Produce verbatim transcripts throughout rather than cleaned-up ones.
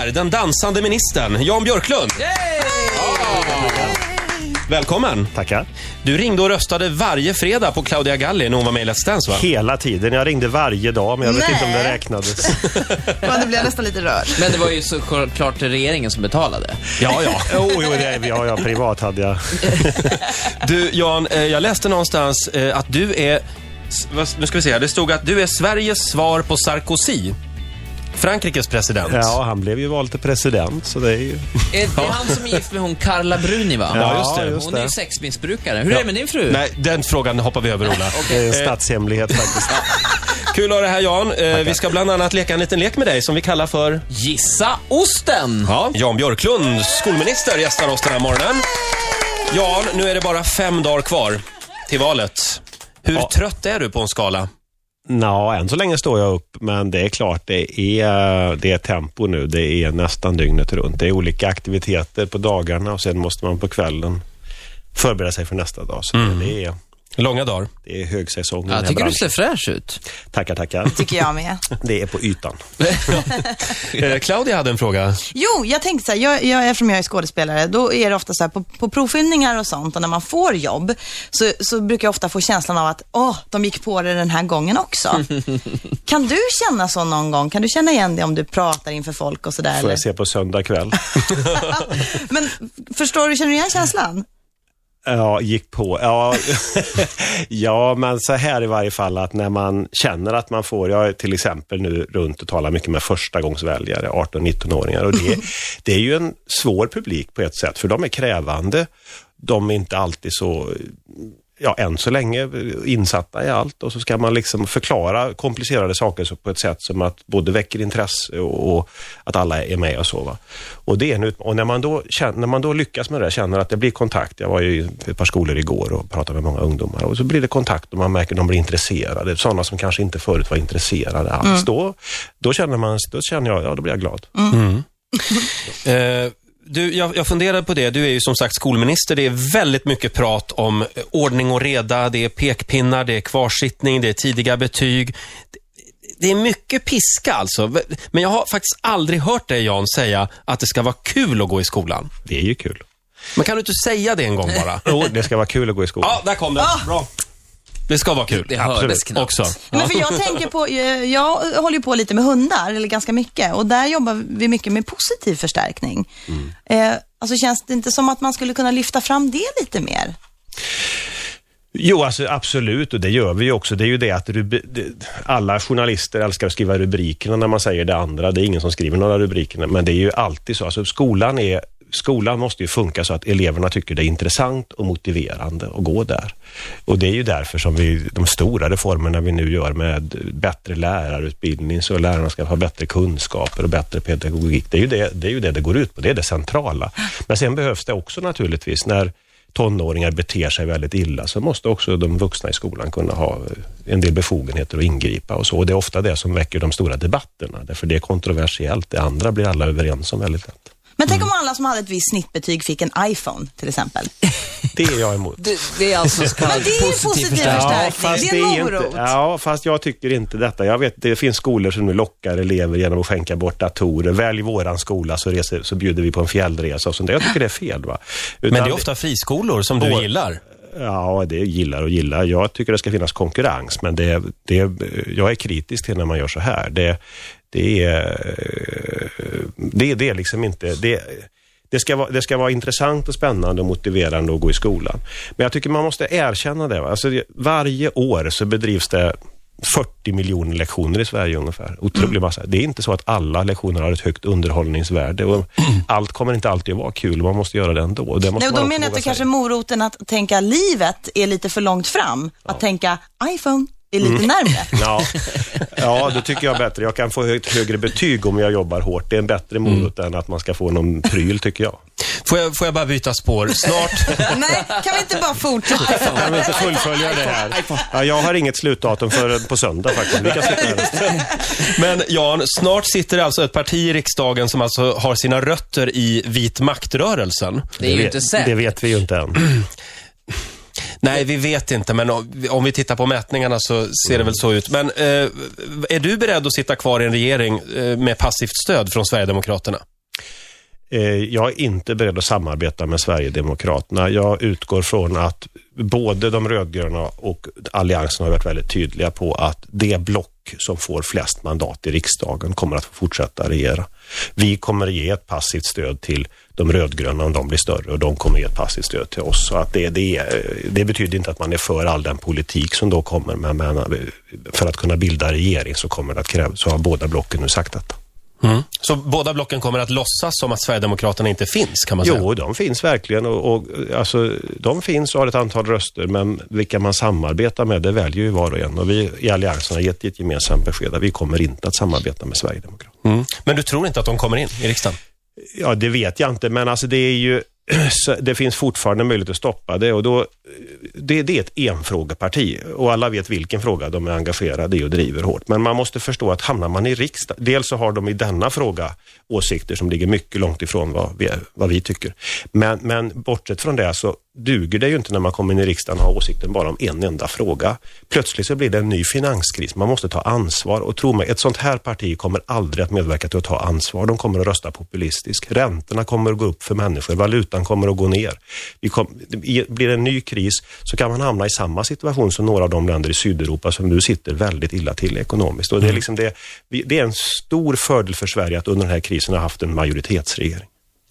den dansande ministern, Jan Björklund. Yay! Välkommen. Tackar. Du ringde och röstade varje fredag på Claudia Galli när hon var med i Let's Dance, va? Hela tiden. Jag ringde varje dag, men jag vet Nej. inte om det räknades. Men det blev nästan lite rörd. Men det var ju såklart regeringen som betalade. Ja, ja. Jo, jo, det, ja, ja, privat hade jag. Du, Jan, eh, jag läste någonstans eh, att du är... s- vad- Nu ska vi se här. Det stod att du är Sveriges svar på Sarkozy. Frankrikes president. Ja, han blev ju vald till president, så det är ju... Är det han som är gift med hon Carla Bruni, va? Ja, just det. just Hon är ju det. sexmissbrukare. Hur är det med din fru? Nej, den frågan hoppar vi över, Ola. Det är en statshemlighet faktiskt. Kul att ha det här, Jan. Eh, vi ska bland annat leka en liten lek med dig som vi kallar för... Gissa osten! Ja, Jan Björklund, skolminister, gästar oss den här morgonen. Jan, nu är det bara fem dagar kvar till valet. Hur Ja. trött är du på en skala? Nå, än så länge står jag upp, men det är klart, det är, det är tempo nu. Det är nästan dygnet runt. Det är olika aktiviteter på dagarna och sen måste man på kvällen förbereda sig för nästa dag. Så Mm. det, är, Långa dagar. det är högsäsong i den Jag här tycker du branschen. ser fräsch ut. Tackar, tackar. Tycker jag med. Det är på ytan. Eh, Claudia hade en fråga. Jo, jag tänkte så här, jag, jag, eftersom jag är skådespelare, då är det ofta så här på, på provfilmningar och sånt, och när man får jobb så, så brukar jag ofta få känslan av att åh, de gick på det den här gången också. Kan du känna så någon gång? Kan du känna igen det om du pratar inför folk och sådär? Får Eller? jag se på söndag kväll. Men förstår du, känner du igen känslan? Ja, gick på. Ja, ja, men så här i varje fall att när man känner att man får, jag är till exempel nu runt och talar mycket med förstagångsväljare, arton-nitton-åringar, och det, det är ju en svår publik på ett sätt, för de är krävande, de är inte alltid så, ja, än så länge insatta i allt, och så ska man liksom förklara komplicerade saker så på ett sätt som att både väcker intresse och, och att alla är med och så, va. Och det är en ut- och när man då känner, när man då lyckas med det, känner att det blir kontakt. Jag var ju i ett par skolor igår och pratade med många ungdomar, och så blir det kontakt och man märker att de blir intresserade, sådana som kanske inte förut var intresserade alls. Mm. Då, då känner man, då känner jag, ja, då blir jag glad. Mm. eh, Du, jag, jag funderar på det. Du är ju som sagt skolminister. Det är väldigt mycket prat om ordning och reda. Det är pekpinnar, det är kvarsittning, det är tidiga betyg. Det, det är mycket piska alltså. Men jag har faktiskt aldrig hört dig, Jan, säga att det ska vara kul att gå i skolan. Det är ju kul. Men kan du inte säga det en gång bara? Jo, det ska vara kul att gå i skolan. Ja, där kom det. Bra. Det ska vara kul. Det hördes Absolut. knappt. Också. Men för jag tänker på, jag, jag håller ju på lite med hundar, eller ganska mycket, och där jobbar vi mycket med positiv förstärkning. Mm. Eh, alltså känns det inte som att man skulle kunna lyfta fram det lite mer? Jo, alltså absolut, och det gör vi ju också. Det är ju det att rubi- det, alla journalister älskar att skriva rubrikerna när man säger det andra. Det är ingen som skriver några rubrikerna, men det är ju alltid så. Alltså skolan är Skolan måste ju funka så att eleverna tycker det är intressant och motiverande att gå där. Och det är ju därför som vi, de stora reformerna vi nu gör med bättre lärarutbildning, så lärarna ska ha bättre kunskaper och bättre pedagogik. Det är ju det det, är ju det, det går ut på, det är det centrala. Men sen behövs det också naturligtvis, när tonåringar beter sig väldigt illa, så måste också de vuxna i skolan kunna ha en del befogenheter att ingripa och så. Och det är ofta det som väcker de stora debatterna, därför det är kontroversiellt. Det andra blir alla överens om väldigt lätt. Men tänk om alla som hade ett visst snittbetyg fick en iPhone till exempel. Det är jag emot. Det, det är alltså så kallad Men det är ju positiv positiv förstärkning. förstärkning. Det är en morot. inte, ja, fast jag tycker inte detta. Jag vet, det finns skolor som nu lockar elever genom att skänka bort datorer. Välj våran skola så, reser, så bjuder vi på en fjällresa och sånt. Jag tycker det är fel, va? Utan Men det är ofta friskolor som du Vår- gillar. Ja, det gillar och gillar. Jag tycker det ska finnas konkurrens, men det, det, jag är kritisk till när man gör så här. Det, det, är, det, det är liksom inte... Det, Det ska, vara, det ska vara intressant och spännande och motiverande att gå i skolan. Men jag tycker man måste erkänna det. Alltså, varje år så bedrivs det fyrtio miljoner lektioner i Sverige ungefär. Otroligt massa. Det är inte så att alla lektioner har ett högt underhållningsvärde. Och allt kommer inte alltid att vara kul. Man måste göra det ändå. Och det måste Nej, och man då också menar jag våga att det kanske säga. moroten att tänka livet är lite för långt fram. Att tänka iPhone är lite närmare. Ja. ja, då tycker jag bättre. Jag kan få ett högre betyg om jag jobbar hårt. Det är en bättre morot än att man ska få någon pryl, tycker jag. Får jag, får jag bara byta spår? Snart... Nej, kan vi inte bara fortsätta? Kan vi inte fullfölja det här? Ja, jag har inget slutdatum för på söndag faktiskt. Vi kan sitta här. Men Jan, snart sitter det alltså ett parti i riksdagen som alltså har sina rötter i vit maktrörelsen. Det är ju vet, inte säkert. Det vet vi ju inte än. Nej, vi vet inte, men om vi tittar på mätningarna så ser det väl så ut. Men eh, är du beredd att sitta kvar i en regering eh, med passivt stöd från Sverigedemokraterna? Eh, jag är inte beredd att samarbeta med Sverigedemokraterna. Jag utgår från att både de rödgröna och alliansen har varit väldigt tydliga på att det block som får flest mandat i riksdagen kommer att få fortsätta regera. Vi kommer att ge ett passivt stöd till de rödgröna om de blir större och de kommer att ge ett passivt stöd till oss. Så att det, det, det betyder inte att man är för all den politik som då kommer, men, men för att kunna bilda regering så kommer det att krävas, så har båda blocken nu sagt detta. Mm. Så båda blocken kommer att låtsas som att Sverigedemokraterna inte finns, kan man säga? Jo, de finns verkligen och, och alltså, de finns och har ett antal röster, men vilka man samarbetar med, det väljer ju var och en. Och vi i alliansen har gett ett gemensamt besked att vi kommer inte att samarbeta med Sverigedemokraterna. Mm. Men du tror inte att de kommer in i riksdagen? Ja, det vet jag inte, men alltså det är ju det finns fortfarande möjlighet att stoppa det och då det, det är ett enfrågeparti och alla vet vilken fråga de är engagerade i och driver hårt. Men man måste förstå att hamnar man i riksdag, dels så har de i denna fråga åsikter som ligger mycket långt ifrån vad vi, vad vi tycker. Men, men bortsett från det så duger det ju inte när man kommer in i riksdagen och har åsikten bara om en enda fråga. Plötsligt så blir det en ny finanskris. Man måste ta ansvar och tro mig, ett sånt här parti kommer aldrig att medverka till att ta ansvar. De kommer att rösta populistiskt. Räntorna kommer att gå upp för människor. Valutan kommer att gå ner. Vi kom, blir det en ny kris så kan man hamna i samma situation som några av de länder i Sydeuropa som nu sitter väldigt illa till ekonomiskt. Och det är liksom det, det är en stor fördel för Sverige att under den här krisen ha haft en majoritetsregering.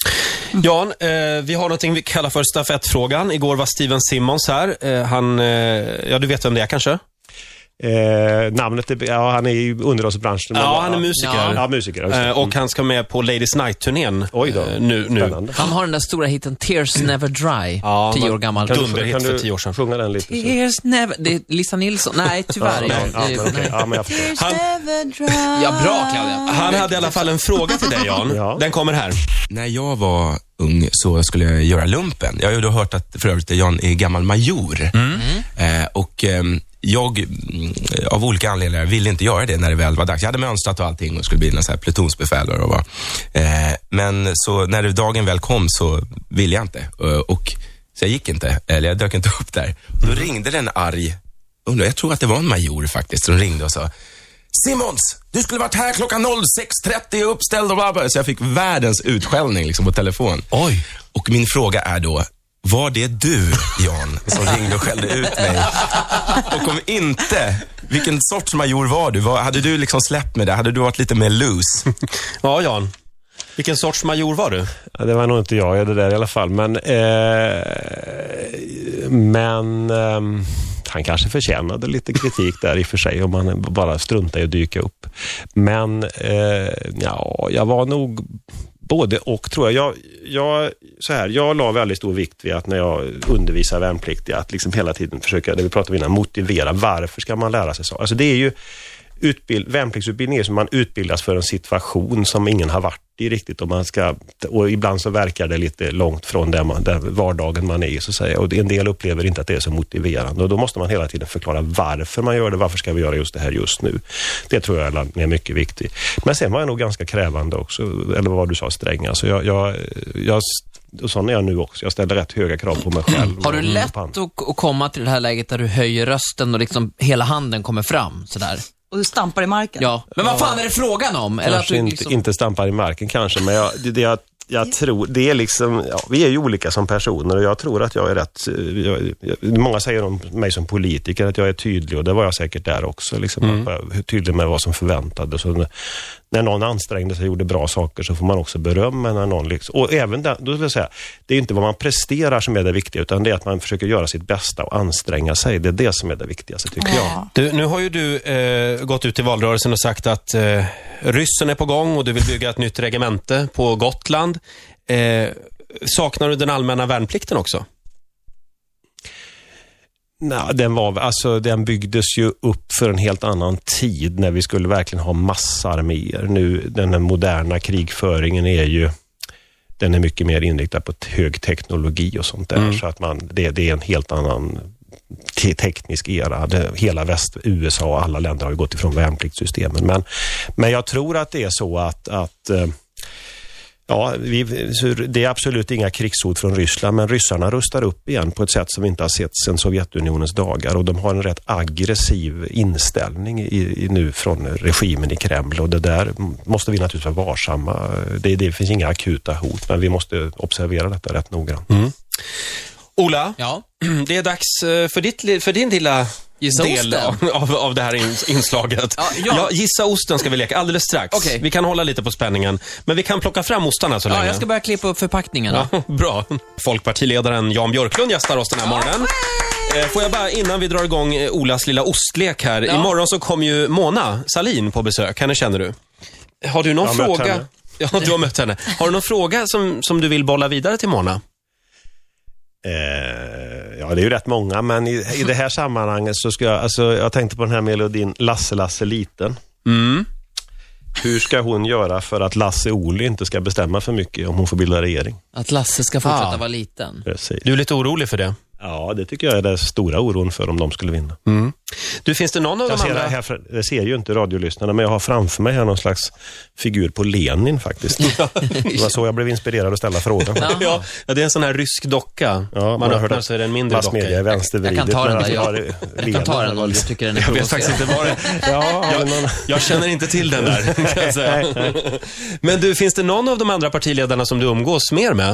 Jan, eh, vi har någonting vi kallar för stafettfrågan. Igår var Steven Simmons här. Eh, han, eh, ja du vet vem det är kanske? Eh, namnet är, ja han är ju underhållsbranschen. Ja, han är musiker. Ja, ja musiker. Mm. Eh, och han ska med på Ladies Night-turnén. Oj då, eh, nu, nu. Han har den där stora hiten Tears Never Dry, ja, tio år gammal. Kan dunderhit du, för tio år sedan. Sjunga den lite? Tears Never... Det är Lisa Nilsson. Nej, tyvärr. Ja, nej, ja, ja, men, okay. Ja, men jag förstår. Han, ja, bra Claudia. han hade i alla fall en fråga till dig, Jan. Ja. Den kommer här. När jag var ung så skulle jag göra lumpen. Jag har ju då hört att för övrigt Jan är gammal major. Mm. Eh, och eh, jag av olika anledningar ville inte göra det när det väl var dags. Jag hade mönstrat och allting och skulle bli en sån här plutonsbefäl och var. Eh, men så när det dagen väl kom så ville jag inte. Och så jag gick inte, eller jag dök inte upp där. Och då ringde den arg, undrar, jag tror att det var en major faktiskt, som ringde och sa: Simons, du skulle varit här klockan sex trettio uppställd och bla bla. Så jag fick världens utskällning liksom på telefon. Oj. Och min fråga är då: var det du, Jan, som ringde och skällde ut mig? Och om inte, vilken sorts major var du? Var, hade du liksom släppt med det? Hade du varit lite mer loose? Ja, Jan. Vilken sorts major var du? Ja, det var nog inte jag, det där i alla fall. Men, eh, men eh, han kanske förtjänade lite kritik där i och för sig om man bara struntar i att dyka upp. Men eh, ja, jag var nog både och, tror jag. Jag, jag, så här, jag la väldigt stor vikt vid att när jag undervisar värnpliktiga att liksom hela tiden försöka, det vi pratade om innan, motivera. Varför ska man lära sig så? Alltså det är ju utbild, värnpliktsutbildning är som man utbildas för en situation som ingen har varit i riktigt, och man ska, och ibland så verkar det lite långt från där man, där vardagen man är i, så att säga, och en del upplever inte att det är så motiverande, och då måste man hela tiden förklara varför man gör det, varför ska vi göra just det här just nu. Det tror jag är mycket viktigt. Men sen var jag nog ganska krävande också, eller vad du sa, sträng. Alltså jag, jag, jag och sån är jag nu också. Jag ställer rätt höga krav på mig själv. Har du lätt att, att komma till det här läget där du höjer rösten och liksom hela handen kommer fram sådär? Och du stampar i marken. Ja, men vad fan är det frågan om? Eller att du inte, liksom... inte stampar i marken kanske, men jag, det, det jag, jag tror, det är liksom, ja, vi är ju olika som personer, och jag tror att jag är rätt, jag, jag, många säger om mig som politiker att jag är tydlig, och det var jag säkert där också, liksom, mm. jag, tydlig med vad som förväntades. Så när, när någon ansträngde sig och gjorde bra saker så får man också beröm, när någon liksom, och även där, då vill jag säga, det är inte vad man presterar som är det viktiga, utan det är att man försöker göra sitt bästa och anstränga sig. Det är det som är det viktigaste, tycker ja. jag. Du, nu har ju du eh, gått ut i valrörelsen och sagt att eh, ryssen är på gång och du vill bygga ett nytt regemente på Gotland. Eh, saknar du den allmänna värnplikten också? Nej, den var, alltså den byggdes ju upp för en helt annan tid när vi skulle verkligen ha massarméer. Nu, den här moderna krigföringen är ju, den är mycket mer inriktad på hög teknologi och sånt där, mm. så att man, det, det är en helt annan te- teknisk era. Det, hela väst, U S A och alla länder har ju gått ifrån värnpliktssystemen. Men, men jag tror att det är så att, att Ja, vi, det är absolut inga krigshot från Ryssland, men ryssarna rustar upp igen på ett sätt som vi inte har sett sedan Sovjetunionens dagar, och de har en rätt aggressiv inställning i, i nu från regimen i Kreml, och det där måste vi naturligtvis vara varsamma. Det, det finns inga akuta hot, men vi måste observera detta rätt noggrant. Mm. Ola, Ja. det är dags för, ditt, för din lilla Gissa del av, osten. av, av det här inslaget. Ja, ja. Ja, gissa osten ska vi leka alldeles strax. Okej. Vi kan hålla lite på spänningen, men vi kan plocka fram ostarna så Ja, länge. jag ska börja klippa upp förpackningarna. Ja, bra. Folkpartiledaren Jan Björklund gästar oss den här morgonen. Eh, Får jag bara, innan vi drar igång eh, Olas lilla ostlek här. Ja. Imorgon så kommer ju Mona Sahlin på besök. Henne känner du. Har du någon Jag har mött fråga? henne. Ja, du har mött henne. Har du någon fråga som, som du vill bolla vidare till Mona? Eh, ja, det är ju rätt många, men i, i det här sammanhanget så ska jag, alltså jag tänkte på den här melodin Lasse Lasse liten. Mm. Hur ska hon göra för att Lasse Ohly inte ska bestämma för mycket om hon får bilda regering? Att Lasse ska fortsätta Ah. vara liten. Precis. Du är lite orolig för det. Ja, det tycker jag är den stora oron för om de skulle vinna. Mm. Du, finns det någon av Jag de ser, andra... det här, för- jag ser ju inte radiolyssnarna, men jag har framför mig här någon slags figur på Lenin faktiskt. Det var så jag blev inspirerad att ställa frågan. Ja, ja, det är en sån här rysk docka. Ja, Man hört öppnar att så är det en mindre docka. massmedia är vänstervridet. Jag kan ta den men där, alltså, jag- har det- Jag kan ta Lenin den var om lite- du tycker den är Jag vet faktiskt provocerande. inte vad det Ja, jag, men någon- jag känner inte till den där, kan jag säga. Men du, finns det någon av de andra partiledarna som du umgås mer med?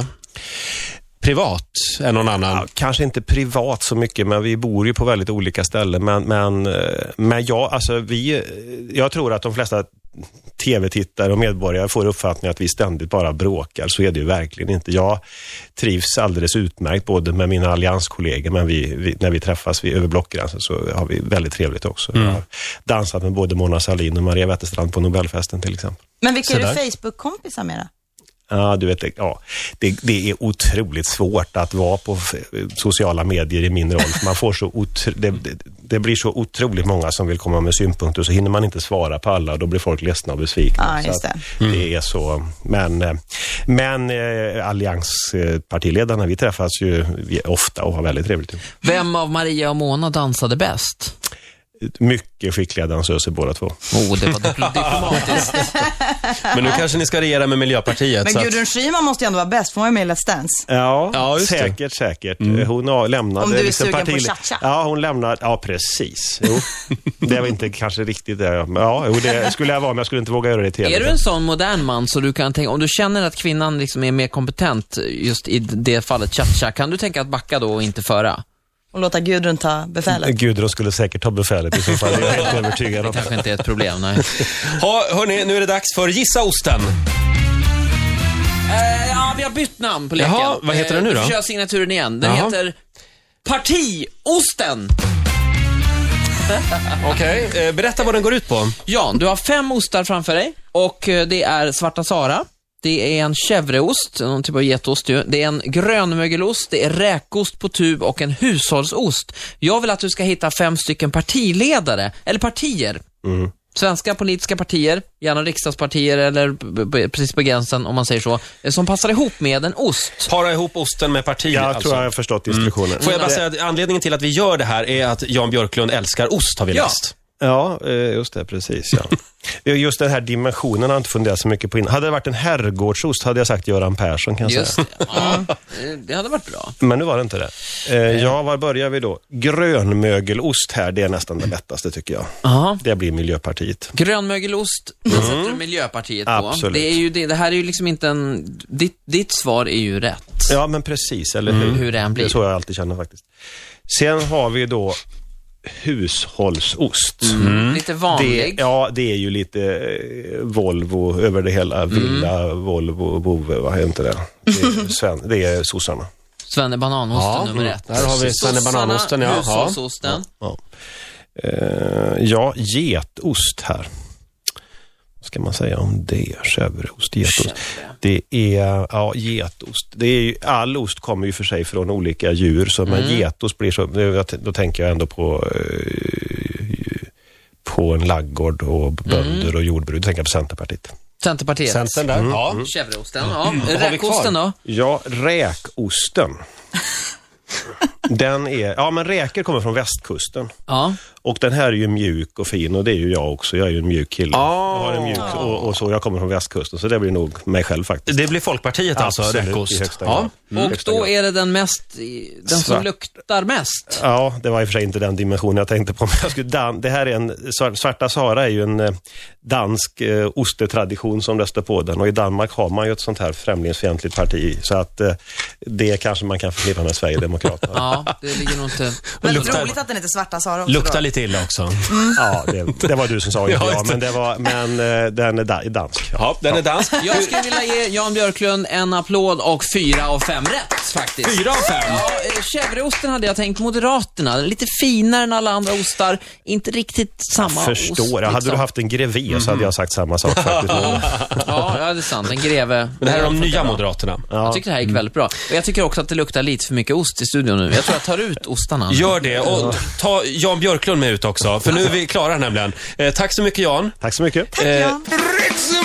Privat än någon annan? Ja, kanske inte privat så mycket, men vi bor ju på väldigt olika ställen. Men, men, eh, men ja, alltså vi, jag tror att de flesta tv-tittare och medborgare får uppfattningen att vi ständigt bara bråkar. Så är det ju verkligen inte. Jag trivs alldeles utmärkt både med mina allianskollegor, men vi, vi, när vi träffas vi, över blockgränsen så har vi väldigt trevligt också. Mm. Jag har dansat med både Mona Sahlin och Maria Wetterstrand på Nobelfesten till exempel. Men vilka Så är du där. Facebook-kompisar med då? Ja, du vet, ja, det, det är otroligt svårt att vara på f- sociala medier i min roll. Man får så otro, det, det, det blir så otroligt många som vill komma med synpunkter, så hinner man inte svara på alla och då blir folk ledsna och besvikna. Ja, just Så att det. det är så. Men, eh, men eh, allianspartiledarna, vi träffas ju vi- ofta och har väldigt trevligt. Vem av Maria och Mona dansade bäst? Mycket skickliga dansöser båda två. Oh, det var dipl- diplomatiskt. Men nu kanske ni ska regera med Miljöpartiet. Men så att- Gudrun Schyman måste ju ändå vara bäst, för hon är med i Let's Dance. Ja, Ja, just det. säkert, säkert. Hon har lämnat... Om du är liksom sugen på partile- cha-cha. Ja, hon lämnar... Ja, precis. Jo. Det var inte kanske riktigt det. Men ja, jo, det skulle jag vara, men jag skulle inte våga göra det i tv. Är du en sån modern man så du kan tänka, om du känner att kvinnan liksom är mer kompetent just i det fallet cha-cha, kan du tänka att backa då och inte föra? Och låta Gudrun ta befälet. Gudrun skulle säkert ta befälet i så fall. Jag är helt övertygad om. Kanske inte är ett problem, nej. Ha, hörni, nu är det dags för Gissa osten. Eh, ja, vi har bytt namn på leken. Jaha, vad heter den nu då? Vi får köra signaturen igen. Den Jaha. heter Partiosten. Okej, eh, berätta vad den går ut på. Jan, du har fem ostar framför dig och eh, det är Svarta Sara. Det är en chèvreost, någon typ av getost ju. Det är en grönmögelost, det är räkost på tub och en hushållsost. Jag vill att du ska hitta fem stycken partiledare, eller partier. Mm. Svenska politiska partier, gärna riksdagspartier eller b- b- precis på gränsen om man säger så, eh, som passar ihop med en ost. Para ihop osten med parti. Jag alltså. tror jag har förstått instruktionen. Får jag bara säga att anledningen till att vi gör det här är att Jan Björklund älskar ost, har vi Ja. läst. Ja, eh, just det, precis. Ja. Just den här dimensionen har jag inte funderat så mycket på innan. Hade det varit en herrgårdsost hade jag sagt Göran Persson, kan jag Just säga. det. Ja, eh, det hade varit bra. Men nu var det inte det. Eh, ja, var börjar vi då? Grönmögelost här, det är nästan det lättaste tycker jag. Aha. Det blir Miljöpartiet. Grönmögelost, det sätter du Miljöpartiet på. Absolut. Det, är ju det, det här är ju liksom inte en... Ditt, ditt svar är ju rätt. Ja, men precis, eller hur? Hur det än blir. Det är så jag alltid känner faktiskt. Sen har vi då hushållsost. Lite Det, vanlig. ja, det är ju lite eh, Volvo över det hela. Villa, Volvo, Bove, vad heter det? Det är, Sven, det är sossarna. Svenne Bananosten Ja, nummer mm. ett. Där har vi Svenne Bananosten, ja. Hushållsosten. Ja, eh, ja getost här. Vad ska man säga om det? Chèvreost, getost. Det är, ja, getost. Det är ju, all ost kommer ju för sig från olika djur, så men Mm. getost blir så, då tänker jag ändå på eh, på en laggård och bönder Mm. och jordbruk. Då tänker jag på Centerpartiet. Centerpartiet. Centern där. Ja. Chèvreosten, ja. har vi kvar? Räkosten då? Ja, räkosten. Den är, ja men räkor kommer från västkusten. Ja. Och den här är ju mjuk och fin och det är ju jag också. Jag är ju en mjuk kille. Oh. Jag har en mjuk och, och så. Jag kommer från västkusten så det blir nog mig själv faktiskt. Det blir Folkpartiet alltså, Absolut, räkost. i högsta Ja. grad. Mm. Och då är det den mest, den som Svart. luktar mest. Ja, det var i och för sig inte den dimensionen jag tänkte på. Men jag skulle dan- det här är en, Svarta Sara är ju en eh, dansk eh, ostetradition som det står på den. Och i Danmark har man ju ett sånt här främlingsfientligt parti. Så att eh, det kanske man kan förknippa med Sverigedemokraterna. Ja, det ligger nog inte... Men luktar- roligt att den heter Svarta Sara också Luktar då. lite illa också. Ja, det, det var du som sa, inte Ja, jag. just det. Men, det var, men eh, den är da- i dansk. Ja, den är dansk. Jag skulle vilja ge Jan Björklund en applåd och fyra av fem rätt, faktiskt. Fyra av fem. Ja, eh, chèvreosten hade jag tänkt Moderaterna. Lite finare än alla andra ostar. Inte riktigt samma Förstår. ost. Jag hade liksom. du haft en greve så hade jag sagt samma sak faktiskt. Ja, ja, det är sant. En greve. Men det här är de nya Moderaterna. Jag tycker det här gick väldigt bra. Och jag tycker också att det luktar lite för mycket ost i studion nu. Jag tror jag tar ut ostarna. Gör det och ta Jan Björklund med ut också, för nu är vi klara nämligen. Eh, tack så mycket Jan. Tack så mycket. Tack, Jan. Eh,